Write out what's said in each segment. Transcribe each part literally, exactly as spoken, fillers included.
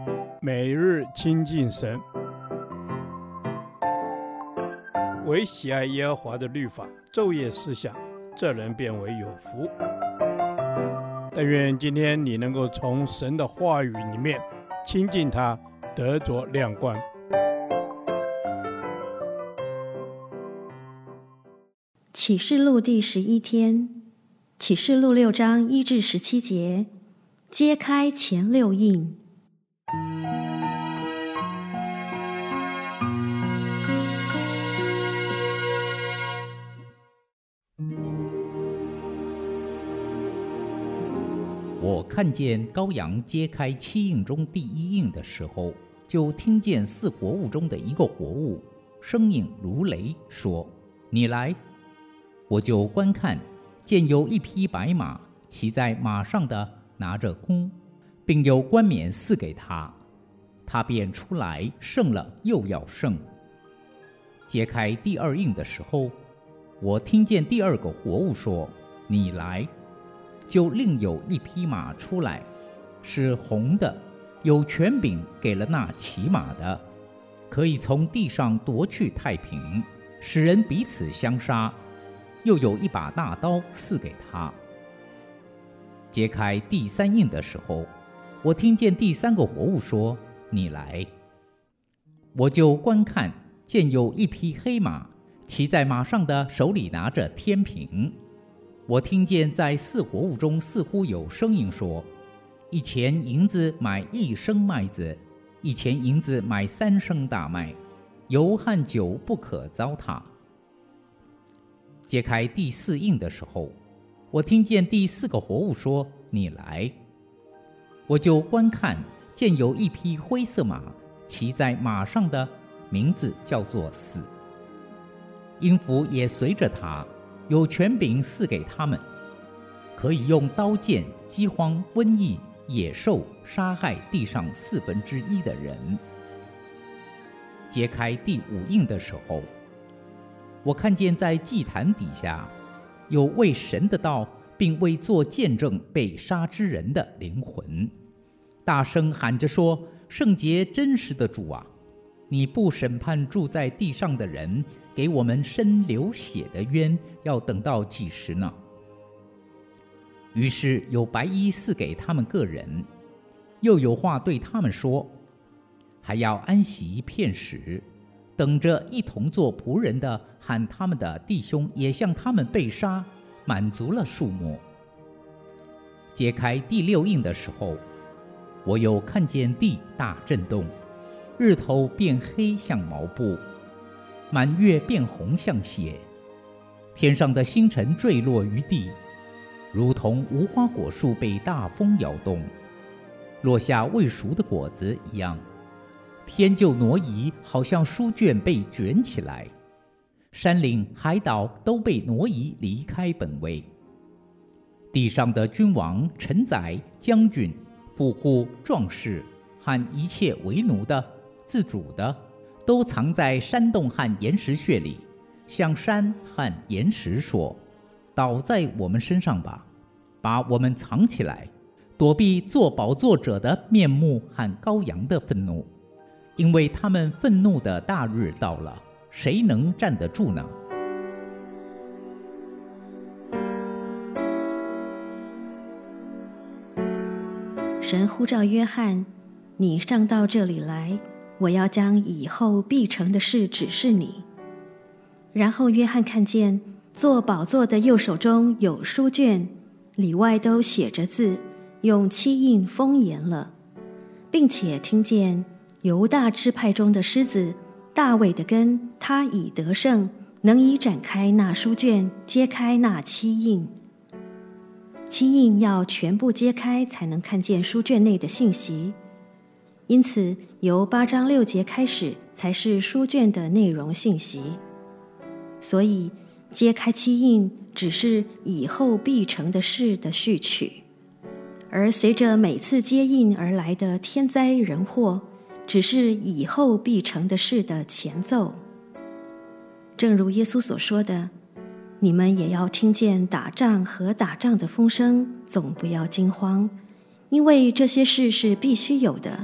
每日亲近神，唯喜爱耶和华的律法，昼夜思想，这人变为有福。但愿今天你能够从神的话语里面亲近他，得着亮光。 启示录第十一天，启示录六章一至十七节，揭开前六印。 我看见羔羊揭开七印中第一印的时候，就听见四活物中的一个活物，声音如雷，说：你来。我就观看，见有一匹白马，骑在马上的拿着弓，并有冠冕赐给他，他便出来，胜了又要胜。揭开第二印的时候，我听见第二个活物说：你来。就另有一匹马出来，是红的，有权柄给了那骑马的，可以从地上夺去太平，使人彼此相杀，又有一把大刀赐给他。揭开第三印的时候，我听见第三个活物说：你来。我就观看，见有一匹黑马，骑在马上的手里拿着天平。我听见在四活物中似乎有声音说：一钱银子买一升麦子，一钱银子买三升大麦，油和酒不可糟蹋。揭开第四印的时候，我听见第四个活物说：你来。我就观看，见有一匹灰色马，骑在马上的名字叫做死，音符也随着他，有权柄赐给他们，可以用刀剑、饥荒、瘟疫、野兽杀害地上四分之一的人。揭开第五印的时候，我看见在祭坛底下有为神的道并为做见证被杀之人的灵魂，大声喊着说：圣洁真实的主啊，你不审判住在地上的人，给我们伸流血的冤，要等到几时呢？于是有白衣赐给他们个人，又有话对他们说，还要安息片时，等着一同做仆人的和他们的弟兄也像他们被杀，满足了数目。揭开第六印的时候，我又看见地大震动，日头变黑像毛布，满月变红像血，天上的星辰坠落于地，如同无花果树被大风摇动，落下未熟的果子一样。天就挪移，好像书卷被卷起来，山岭海岛都被挪移离开本位。地上的君王、臣宰、将军、富户、壮士和一切为奴的、自主的，都藏在山洞和岩石穴里，向山和岩石说：倒在我们身上吧，把我们藏起来，躲避坐宝座者的面目和羔羊的愤怒，因为他们愤怒的大日到了，谁能站得住呢？ 神呼召约翰：你上到这里来，我要将以后必成的事指示你。然后约翰看见坐宝座的右手中有书卷，里外都写着字，用漆印封严了，并且听见犹大支派中的狮子大卫的根，他已得胜，能以展开那书卷，揭开那漆印。漆印要全部揭开，才能看见书卷内的信息。因此，由八章六节开始，才是书卷的内容信息。所以，揭开漆印只是以后必成的事的序曲，而随着每次接印而来的天灾人祸，只是以后必成的事的前奏。正如耶稣所说的，你们也要听见打仗和打仗的风声，总不要惊慌，因为这些事是必须有的，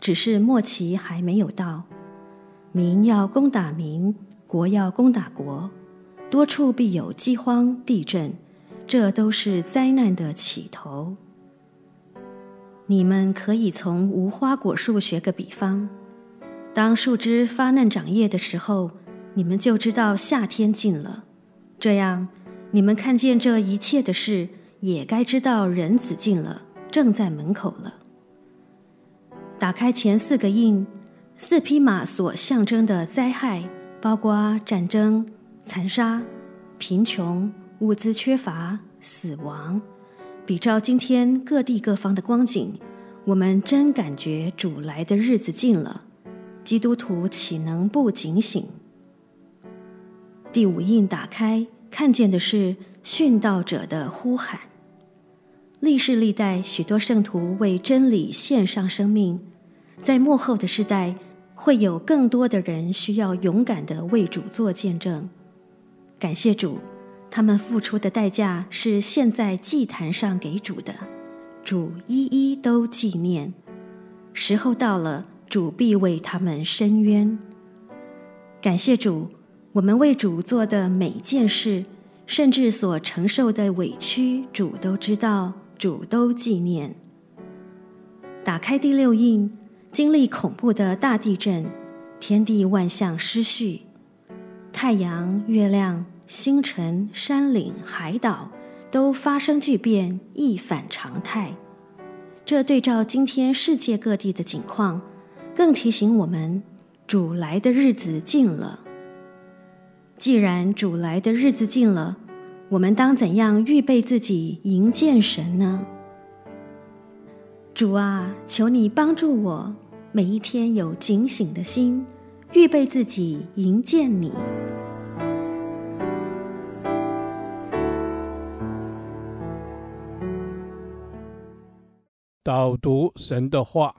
只是末期还没有到。民要攻打民，国要攻打国，多处必有饥荒、地震，这都是灾难的起头。你们可以从无花果树学个比方，当树枝发嫩长叶的时候，你们就知道夏天近了。这样，你们看见这一切的事，也该知道人子近了，正在门口了。打开前四个印，四匹马所象征的灾害，包括战争、残杀、贫穷、物资缺乏、死亡。比照今天各地各方的光景，我们真感觉主来的日子近了，基督徒岂能不警醒？第五印打开，看见的是殉道者的呼喊。历世历代许多圣徒为真理献上生命，在末后的世代，会有更多的人需要勇敢地为主做见证。感谢主，他们付出的代价是献在祭坛上给主的，主一一都纪念。时候到了，主必为他们伸冤。感谢主，我们为主做的每件事，甚至所承受的委屈，主都知道，主都纪念。打开第六印，经历恐怖的大地震，天地万象失序，太阳、月亮、星辰、山岭、海岛都发生巨变，一反常态。这对照今天世界各地的景况，更提醒我们，主来的日子近了。既然主来的日子近了，我们当怎样预备自己迎见神呢？主啊，求你帮助我，每一天有警醒的心，预备自己迎见你。 导读神的话。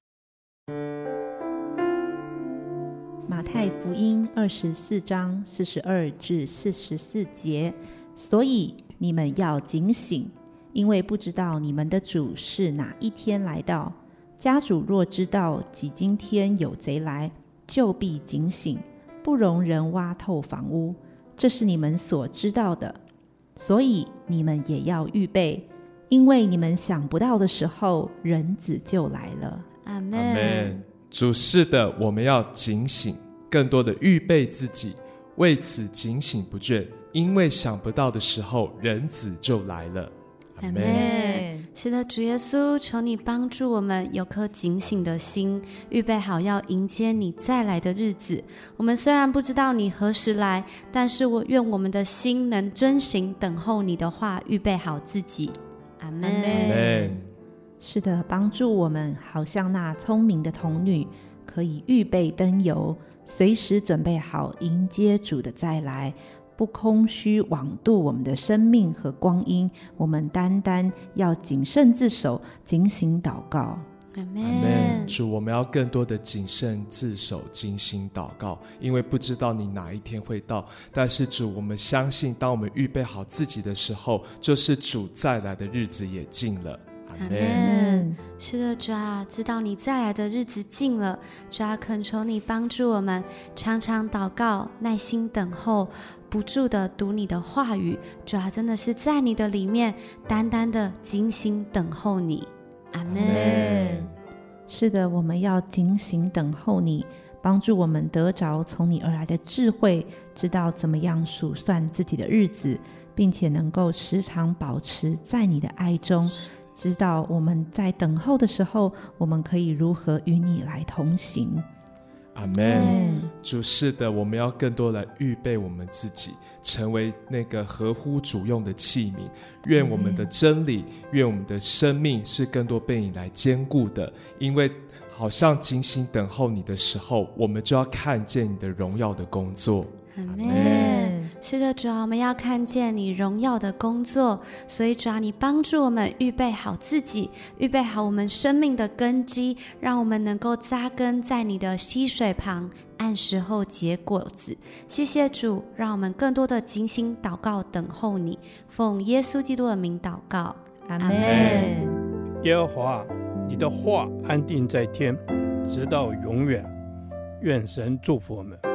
马太福音二十四章四十二至四十四节，所以你们要警醒，因为不知道你们的主是哪一天来到。家主若知道即今天有贼来，就必警醒，不容人挖透房屋，这是你们所知道的。所以你们也要预备，因为你们想不到的时候，人子就来了。 阿们。主是的，我们要警醒，更多的预备自己，为此警醒不倦，因为想不到的时候，人子就来了。 阿们。 是的，主耶稣，求你帮助我们有颗警醒的心，预备好要迎接你再来的日子。我们虽然不知道你何时来，但是我愿我们的心能遵行等候你的话，预备好自己。阿们。 是的，帮助我们好像那聪明的童女，可以预备灯油，随时准备好迎接主的再来，不空虚枉度我们的生命和光阴。我们单单要谨慎自守，警醒祷告。 阿们。 主，我们要更多的谨慎自守，警醒祷告，因为不知道你哪一天会到。但是主，我们相信当我们预备好自己的时候，就是主再来的日子也近了。 阿们。是的，主啊，知道你再来的日子近了，主啊，恳求你帮助我们常常祷告，耐心等候，不住的读你的话语。主啊，真的是在你的里面单单的精心等候你。阿们。 是的，我们要警醒等候你，帮助我们得着从你而来的智慧，知道怎么样数算自己的日子，并且能够时常保持在你的爱中，知道我们在等候的时候，我们可以如何与你来同行。 阿们。主，是的，我们要更多来预备我们自己，成为那个合乎主用的器皿。愿我们的真理，愿我们的生命是更多被你来坚固的，因为好像警醒等候你的时候，我们就要看见你的荣耀的工作。 阿们。是的，主啊，我们要看见你荣耀的工作，所以主啊，你帮助我们预备好自己，预备好我们生命的根基，让我们能够扎根在你的溪水旁，按时候结果子。谢谢主，让我们更多的警醒祷告等候你，奉耶稣基督的名祷告。阿们。 耶和华，你的话安定在天， 直到永远。愿神祝福我们。